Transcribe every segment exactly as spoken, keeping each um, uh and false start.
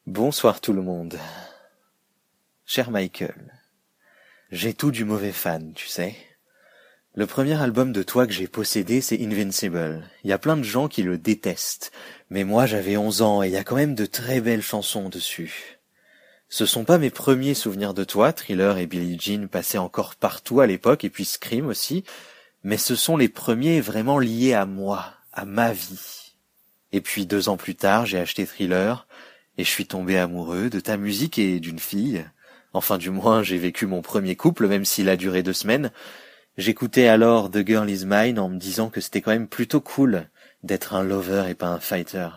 Bonsoir tout le monde. Cher Michael, j'ai tout du mauvais fan, tu sais. Le premier album de toi que j'ai possédé, c'est Invincible. Il y a plein de gens qui le détestent, mais moi j'avais onze ans et il y a quand même de très belles chansons dessus. Ce sont pas mes premiers souvenirs de toi, Thriller et Billie Jean passaient encore partout à l'époque, et puis Scream aussi, mais ce sont les premiers vraiment liés à moi, à ma vie. Et puis deux ans plus tard, j'ai acheté Thriller, et je suis tombé amoureux de ta musique et d'une fille. Enfin, du moins, j'ai vécu mon premier couple, même s'il a duré deux semaines. J'écoutais alors The Girl Is Mine en me disant que c'était quand même plutôt cool d'être un lover et pas un fighter.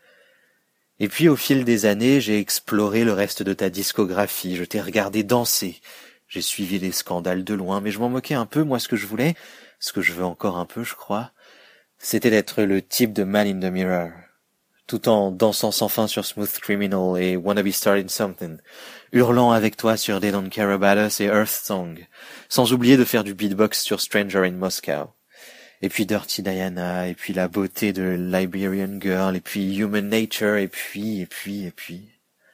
Et puis, au fil des années, j'ai exploré le reste de ta discographie, je t'ai regardé danser. J'ai suivi les scandales de loin, mais je m'en moquais un peu. Moi, ce que je voulais, ce que je veux encore un peu, je crois, c'était d'être le type de Man in the Mirror, tout en dansant sans fin sur Smooth Criminal et Wanna Be Starting Something, hurlant avec toi sur They Don't Care About Us et Earth Song, sans oublier de faire du beatbox sur Stranger in Moscow. Et puis Dirty Diana, et puis la beauté de Liberian Girl, et puis Human Nature, et puis, et puis, et puis...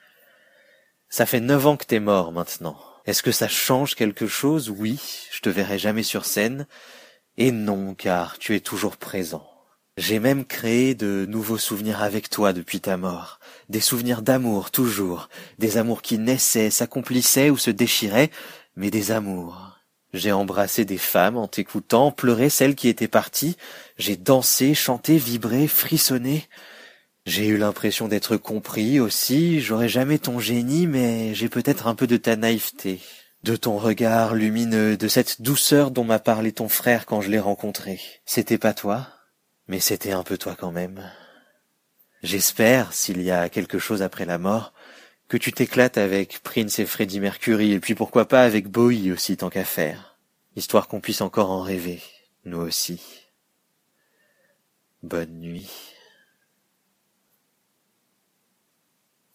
Ça fait neuf ans que t'es mort maintenant. Est-ce que ça change quelque chose? Oui, je te verrai jamais sur scène. Et non, car tu es toujours présent. J'ai même créé de nouveaux souvenirs avec toi depuis ta mort. Des souvenirs d'amour, toujours. Des amours qui naissaient, s'accomplissaient ou se déchiraient, mais des amours. J'ai embrassé des femmes en t'écoutant, pleuré celles qui étaient parties. J'ai dansé, chanté, vibré, frissonné. J'ai eu l'impression d'être compris aussi. J'aurais jamais ton génie, mais j'ai peut-être un peu de ta naïveté. De ton regard lumineux, de cette douceur dont m'a parlé ton frère quand je l'ai rencontré. C'était pas toi, mais c'était un peu toi quand même. J'espère, s'il y a quelque chose après la mort, que tu t'éclates avec Prince et Freddie Mercury, et puis pourquoi pas avec Bowie aussi tant qu'à faire, histoire qu'on puisse encore en rêver, nous aussi. Bonne nuit.